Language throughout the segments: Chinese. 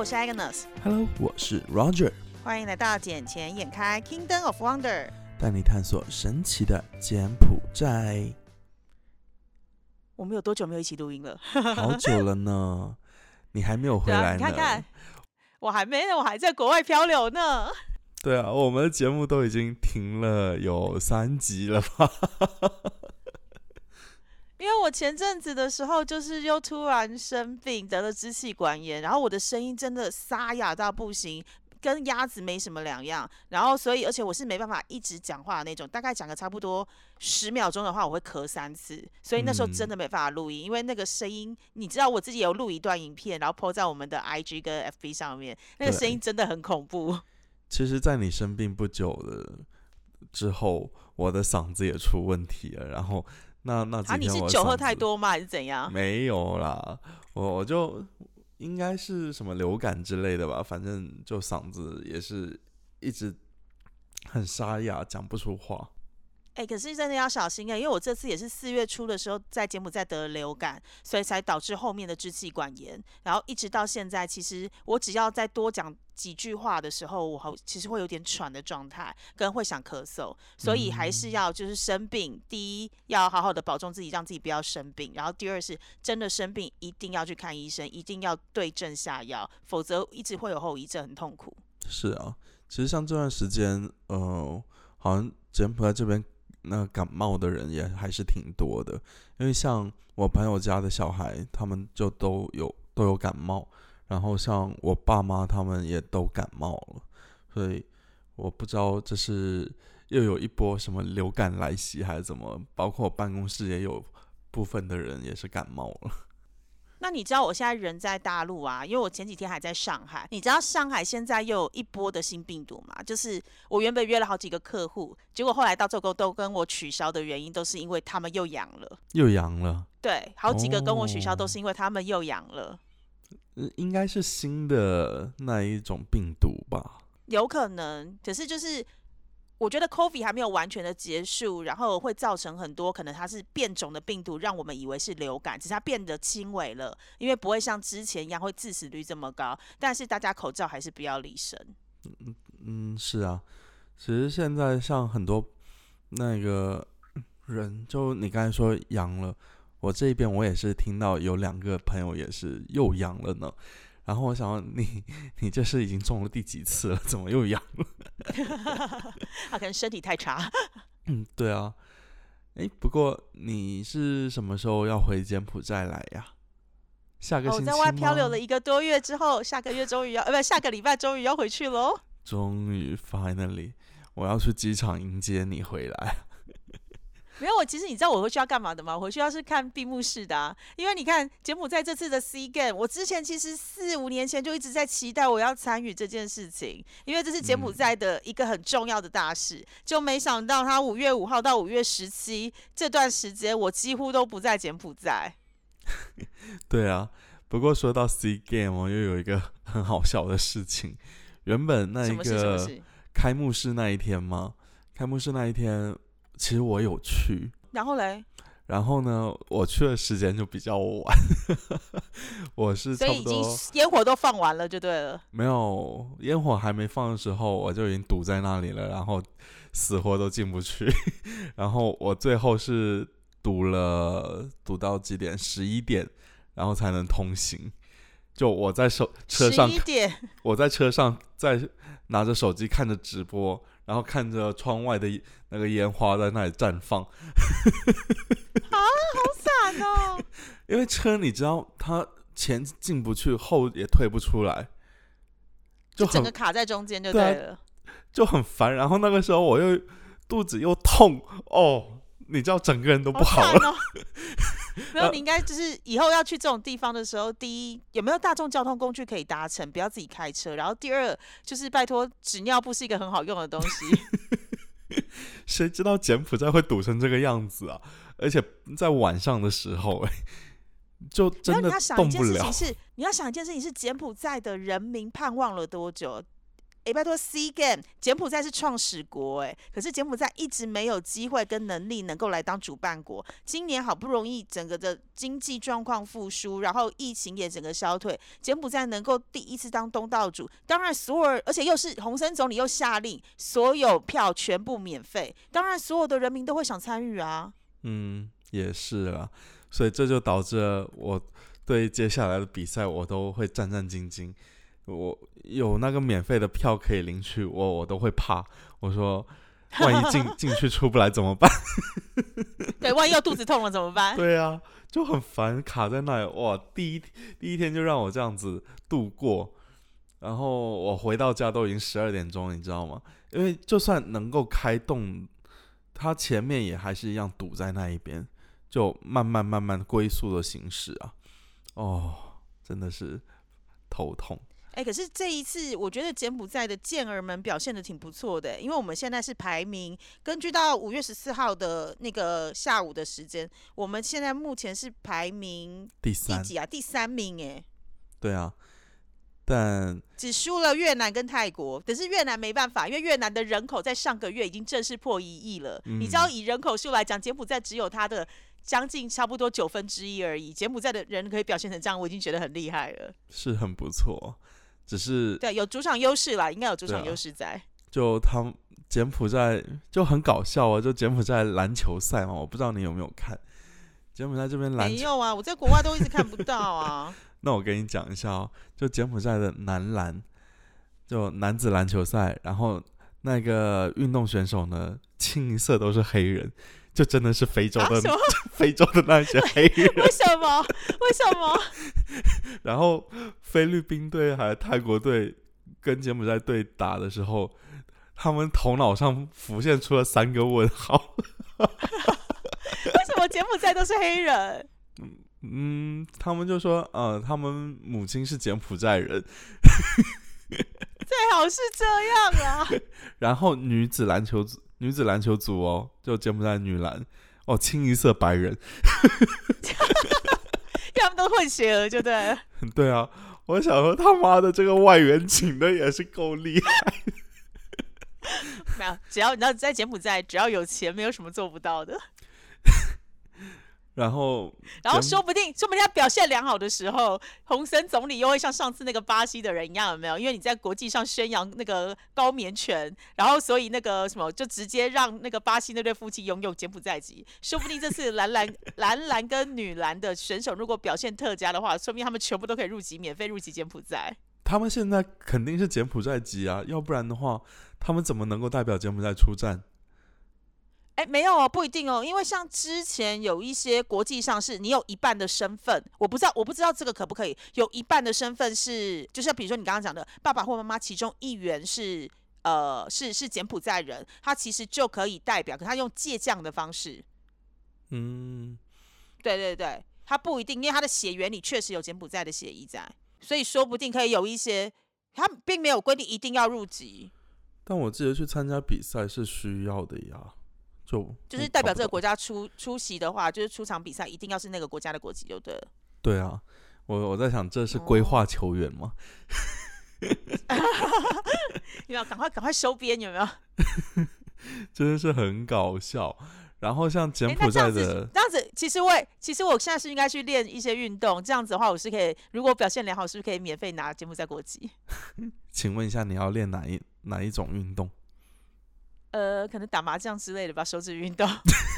我是 Agnes。 我是 Roger。 欢迎来到眼前眼开 Kingdom of Wonder， 带你探索神奇的柬埔寨。 我们有多久没有一起录音了？ 好久了呢。你还没有回来呢。 你看看，我还没呢，我还在国外漂流呢。 对啊，我们的节目都已经停了有3集了吧。 因为我前阵子的时候就是又突然生病，得了支气管炎，然后我的声音真的沙哑到不行，跟鸭子没什么两样。然后所以而且我是没办法一直讲话的那种，大概讲个差不多10秒钟的话我会咳3次，所以那时候真的没办法录音。因为那个声音你知道我自己有录一段影片，然后 po 在我们的 IG 跟 FB 上面，那个声音真的很恐怖。 其实在你生病不久的之后，我的嗓子也出问题了，然后那几天你是酒喝太多吗还是怎样？ 没有啦，我就应该是什么流感之类的吧，反正就嗓子也是一直很沙哑，讲不出话。 可是真的要小心因为我这次也是4月初的时候在柬埔寨得了流感，所以才导致后面的支气管炎，然后一直到现在，其实我只要再多讲几句话的时候，我其实会有点喘的状态，跟会想咳嗽，所以还是要就是生病，第一要好好的保重自己，让自己不要生病，然后第二是真的生病一定要去看医生，一定要对症下药，否则一直会有后遗症，很痛苦。 是啊，其实像这段时间好像柬埔寨这边那感冒的人也还是挺多的，因为像我朋友家的小孩，他们就都有感冒，然后像我爸妈他们也都感冒了，所以我不知道这是又有一波什么流感来袭还是怎么，包括我办公室也有部分的人也是感冒了。 那你知道我现在人在大陆啊，因为我前几天还在上海。你知道上海现在又有一波的新病毒吗？就是我原本约了好几个客户，结果后来到最后都跟我取消的原因，都是因为他们又阳了。 又阳了？ 对，好几个跟我取消都是因为他们又阳了。 应该是新的那一种病毒吧？ 有可能，可是就是我觉得 COVID 还没有完全的结束，然后会造成很多可能它是变种的病毒，让我们以为是流感，只是它变得轻微了，因为不会像之前一样会致死率这么高。但是大家口罩还是不要离身。 是啊，其实现在像很多那个人，就你刚才说阳了，我这边我也是听到有2个朋友也是又阳了呢。然后我想说你这是已经中了第几次了，怎么又阳了？ 他可能身体太差。 对啊。不过你是什么时候要回柬埔寨来呀？下个星期吗？ 我在外漂流了1个多月之后，下个礼拜终于要回去喽。 终于 finally， 我要去机场迎接你回来。 没有，其实你知道我回去要干嘛的吗？我回去要是看闭幕式的啊。因为你看柬埔寨这次的 SEA Games， 我之前其实4-5年前就一直在期待我要参与这件事情，因为这是柬埔寨的一个很重要的大事。就没想到他5月5号到5月17这段时间，我几乎都不在柬埔寨。 对啊，不过说到 SEA Games， 又有一个很好笑的事情。原本那一个开幕式那一天嘛，开幕式那一天其实我有去，然后呢，我去的时间就比较晚。我是差不多， 所以已经烟火都放完了就对了。 没有，烟火还没放的时候，我就已经堵在那里了，然后死活都进不去。然后我最后是堵到几点？11点，然后才能通行。就我在车上 11点， 我在车上在拿着手机看着直播，然后看着窗外的那个烟花在那里绽放。 好惨哦！ 因为车你知道，它前进不去，后也退不出来， 就整个卡在中间就对了， 就很烦。然后那个时候我又肚子又痛你知道整个人都不好了。 没有，你应该就是以后要去这种地方的时候，第一有没有大众交通工具可以搭乘，不要自己开车。然后第二就是拜托，纸尿布是一个很好用的东西。 谁知道柬埔寨会堵成这个样子啊？而且在晚上的时候，就真的动不了。 你要想一件事情是，柬埔寨的人民盼望了多久？ 拜托 ，SEA Games 柬埔寨是创始国可是柬埔寨一直没有机会跟能力能够来当主办国。今年好不容易整个的经济状况复苏，然后疫情也整个消退，柬埔寨能够第一次当东道主，当然而且又是洪森总理又下令所有票全部免费，当然所有的人民都会想参与啊。 也是啦，所以这就导致了我对接下来的比赛我都会战战兢兢。我有那个免费的票可以领取，我都会怕。我说，万一进去出不来怎么办？ 对，万一又肚子痛了怎么办？ 对啊，就很烦，卡在那里。哇，第一天就让我这样子度过，然后我回到家都已经12点钟，你知道吗？因为就算能够开动，它前面也还是一样堵在那一边，就慢慢龟速的行驶啊。真的是头痛。 可是这一次我觉得柬埔寨的健儿们表现的挺不错的，因为我们现在是排名，根据到5月14号的那个下午的时间，我们现在目前是排名第几啊？第3名对啊，但只输了越南跟泰国。可是越南没办法，因为越南的人口在上个月已经正式破1亿了。你知道以人口数来讲，柬埔寨只有它的将近差不多1/9而已。柬埔寨的人可以表现成这样，我已经觉得很厉害了， 是很不错。只是对，有主场优势啦，应该有主场优势在。 就他们柬埔寨就很搞笑啊，就柬埔寨篮球赛嘛，我不知道你有没有看。柬埔寨这边没有啊，我在国外都一直看不到啊。 那我跟你讲一下就柬埔寨的男篮，就男子篮球赛，然后那个运动选手呢，清一色都是黑人。就真的是非洲的非洲的那些黑人。 为什么？ 然后菲律宾队还有泰国队跟柬埔寨队打的时候，他们头脑上浮现出了3个问号。 为什么柬埔寨都是黑人？ 他们就说他们母亲是柬埔寨人。 最好是这样啊。 然后女子篮球组就柬埔寨女篮清一色白人。 他们都混血儿就对了。 对啊，我想说他妈的这个外援请的也是够厉害。 没有，只要你知道在柬埔寨，只要有钱，没有什么做不到的。 然后说不定他表现良好的时候，洪森总理又会像上次那个巴西的人一样，有没有？因为你在国际上宣扬那个高棉权，然后所以那个什么就直接让那个巴西那对夫妻拥有柬埔寨籍。说不定这次男篮跟女篮的选手如果表现特佳的话，说不定他们全部都可以免费入籍柬埔寨。 他们现在肯定是柬埔寨籍啊，要不然的话，他们怎么能够代表柬埔寨出战？ 没有不一定因为像之前有一些国际上是你有一半的身份，我不知道这个可不可以，有一半的身份是，就是比如说你刚刚讲的爸爸或妈妈其中一员是柬埔寨人，他其实就可以代表，可他用借将的方式。对，他不一定，因为他的血缘里确实有柬埔寨的血裔在，所以说不定可以有一些，他并没有规定一定要入籍。 但我记得去参加比赛是需要的呀。 就是代表这个国家出席的话，就是出场比赛一定要是那个国家的国籍就对了。 对啊，我在想这是规划球员吗？ 有没有赶快收编？有没有？ 真的是很搞笑。然后像柬埔寨的这样子，其实我现在是应该去练一些运动，这样子的话，我是可以，如果表现良好，是不是可以免费拿柬埔寨国籍？ 请问一下，你要练哪一种运动？ 可能打麻将之类的吧，手指运动。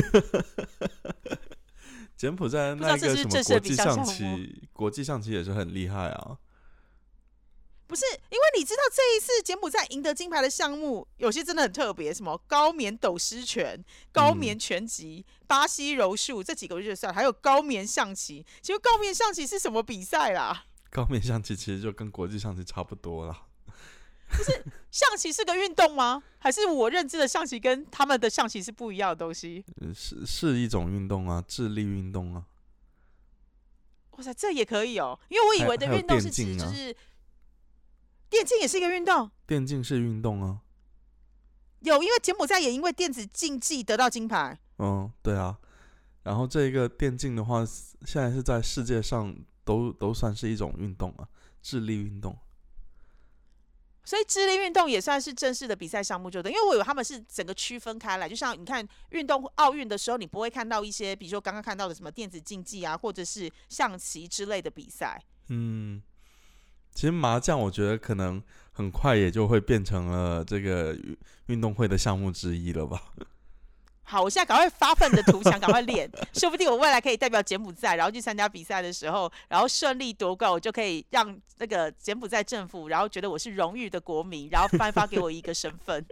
柬埔寨那个什么国际象棋也是很厉害啊。 不是，因为你知道这一次柬埔寨赢得金牌的项目，有些真的很特别，什么高棉斗狮拳、高棉拳击、巴西柔术这几个我就算，还有高棉象棋。请问高棉象棋是什么比赛啦？ 高棉象棋其实就跟国际象棋差不多啦。 不是，象棋是个运动吗？还是我认知的象棋跟他们的象棋是不一样的东西？ 是一种运动啊，智力运动啊。 哇塞，这也可以因为我以为的运动是指就是电竞也是一个运动。 电竞是运动啊。 因为柬埔寨也因为电子竞技得到金牌。 对啊。然后这个电竞的话，现在是在世界上都算是一种运动啊，智力运动。 所以智力运动也算是正式的比赛项目就对，因为我以为他们是整个区分开来，就像你看运动奥运的时候，你不会看到一些，比如说刚刚看到的什么电子竞技啊，或者是象棋之类的比赛。 嗯，其实麻将我觉得可能很快也就会变成了这个运动会的项目之一了吧。 好，我现在赶快发奋的图强，赶快练，说不定我未来可以代表柬埔寨，然后去参加比赛的时候，然后顺利夺冠，我就可以让那个柬埔寨政府，然后觉得我是荣誉的国民，然后颁发给我一个身份。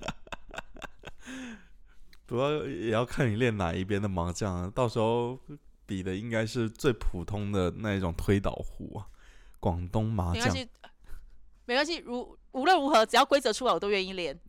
主要也要看你练哪一边的麻将啊，到时候比的应该是最普通的那一种推倒壶啊，广东麻将。 没关系，无论如何，只要规则出来，我都愿意练。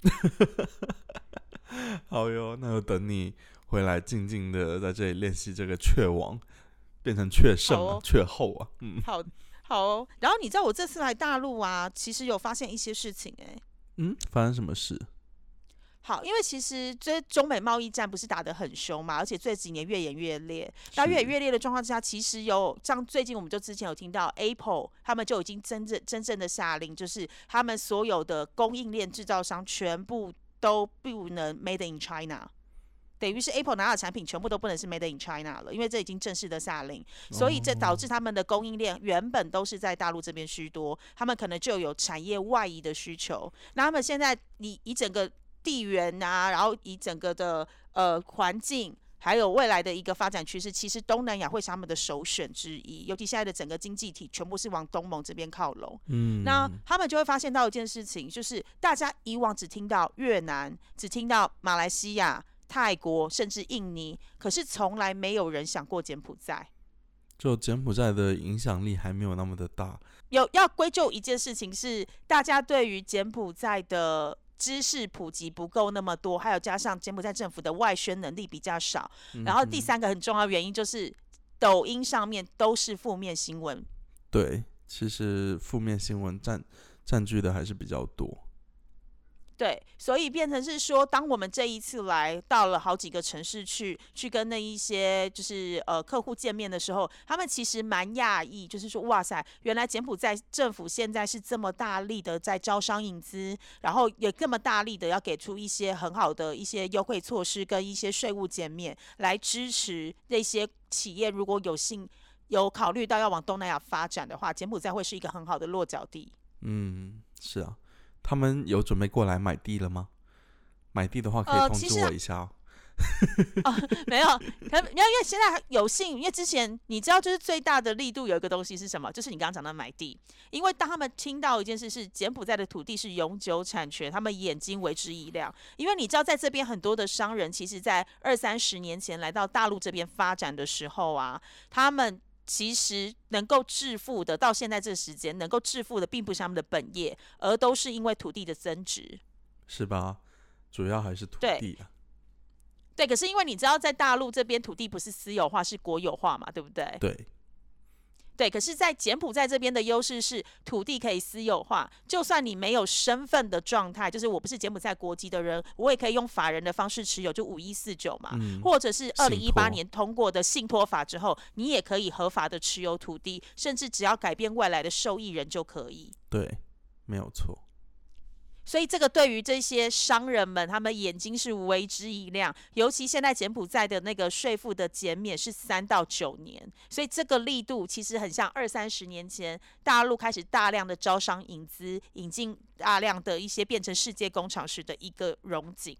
好哟，那就等你回来静静的在这里练习这个雀王，变成雀圣啊，雀后啊。 好哦。然后你知道我这次来大陆啊，其实有发现一些事情发生什么事？ 好，因为其实这中美贸易战不是打得很凶嘛，而且这几年越演越烈。那越演越烈的状况之下，其实像最近我们就之前有听到 Apple 他们就已经真正的下令，就是他们所有的供应链制造商全部都不能 Made in China， 等于是 Apple 拿到的产品全部都不能是 Made in China 了，因为这已经正式的下令，所以这导致他们的供应链原本都是在大陆这边居多，他们可能就有产业外移的需求。那他们现在以整个地缘啊，然后以整个的环境，还有未来的一个发展趋势，其实东南亚会是他们的首选之一。尤其现在的整个经济体全部是往东盟这边靠拢，那他们就会发现到一件事情，就是大家以往只听到越南，只听到马来西亚、泰国，甚至印尼，可是从来没有人想过柬埔寨。 就柬埔寨的影响力还没有那么的大。 要归咎一件事情是，大家对于柬埔寨的知识普及不够那么多，还有加上柬埔寨政府的外宣能力比较少，然后第三个很重要的原因就是抖音上面都是负面新闻。 对，其实负面新闻占据的还是比较多。 对，所以变成是说，当我们这一次来到了好几个城市去跟那一些就是客户见面的时候，他们其实蛮讶异，就是说哇塞，原来柬埔寨政府现在是这么大力的在招商引资，然后也这么大力的要给出一些很好的一些优惠措施跟一些税务减免，来支持那些企业如果有考虑到要往东南亚发展的话，柬埔寨会是一个很好的落脚地。 是啊。他们有准备过来买地了吗？买地的话可以通知我一下没有，因为现在有幸，因为之前你知道，就是最大的力度有一个东西是什么？就是你刚刚讲的买地。因为当他们听到一件事是柬埔寨的土地是永久产权，他们眼睛为之一亮。因为你知道，在这边很多的商人，其实在20-30年前来到大陆这边发展的时候啊，他们其实能够致富的，到现在这个时间能够致富的，并不是他们的本业，而都是因为土地的增值， 是吧？主要还是土地啊。 对，可是因为你知道，在大陆这边土地不是私有化，是国有化嘛，对不对？对，可是，在柬埔寨这边的优势是土地可以私有化，就算你没有身份的状态，就是我不是柬埔寨国籍的人，我也可以用法人的方式持有，就5149嘛，或者是2018年通过的信托法之后，你也可以合法的持有土地，甚至只要改变未来的受益人就可以。 对，没有错。 所以这个对于这些商人们，他们眼睛是为之一亮。尤其现在柬埔寨的那个税负的减免是3到9年，所以这个力度其实很像20-30年前大陆开始大量的招商引资，引进大量的一些变成世界工厂时的一个荣景。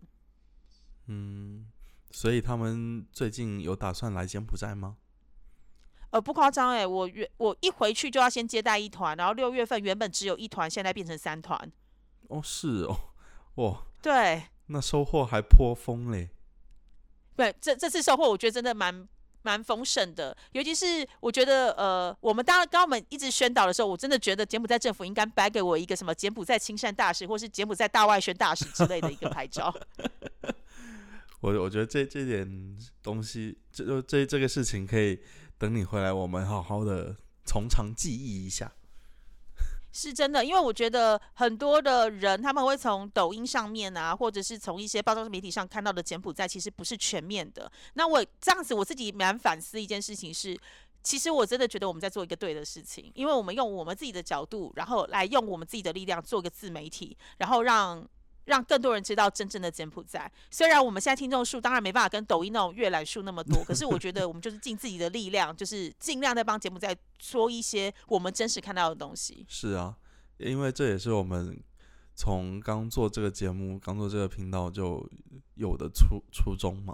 所以他们最近有打算来柬埔寨吗？ 不夸张我一回去就要先接待一团，然后6月份原本只有1团，现在变成3团。 是哦，哇， 对， 那收获还颇丰嘞。 对，这次收获我觉得真的蛮丰盛的，尤其是我觉得我们刚我们一直宣导的时候，我真的觉得柬埔寨政府应该颁给我一个什么柬埔寨亲善大使，或是柬埔寨大外宣大使之类的一个牌照。 我觉得这点东西，这个事情可以等你回来，我们好好的从长计议一下。 是真的，因为我觉得很多的人他们会从抖音上面啊，或者是从一些报章媒体上看到的柬埔寨，其实不是全面的。那我这样子我自己蛮反思一件事情是， 其实我真的觉得我们在做一个对的事情，因为我们用我们自己的角度，然后来用我们自己的力量做一个自媒体，然后让更多人知道真正的柬埔寨。虽然我们现在听众数当然没办法跟抖音那种阅览数那么多，可是我觉得我们就是尽自己的力量，就是尽量在帮柬埔寨说一些我们真实看到的东西。 是啊，因为这也是我们从刚做这个节目、刚做这个频道就有的初衷嘛。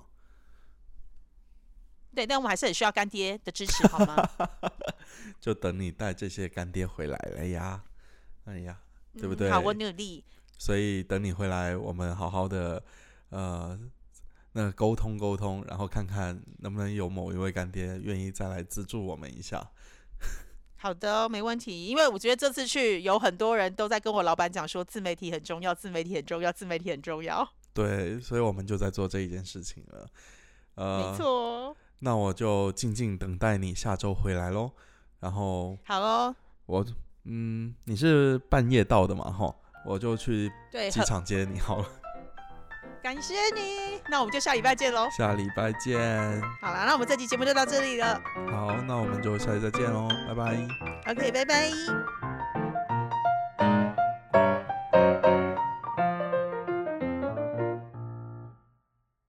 对，但我们还是很需要干爹的支持，好吗？ 就等你带这些干爹回来了呀，哎呀，对不对？ 好，我努力。 所以等你回来，我们好好的那沟通，然后看看能不能有某一位干爹愿意再来资助我们一下。 好的，没问题。因为我觉得这次去有很多人都在跟我老板讲说，自媒体很重要，自媒体很重要，自媒体很重要。 对，所以我们就在做这一件事情了。 没错。 那我就静静等待你下周回来咯。然后好哦， 你是半夜到的嘛？哈，我就去机场接你好了。 感谢你，那我们就下礼拜见咯。 下礼拜见。 好啦，那我们这期节目就到这里了。 好，那我们就下期再见咯，拜拜。 OK， 拜拜。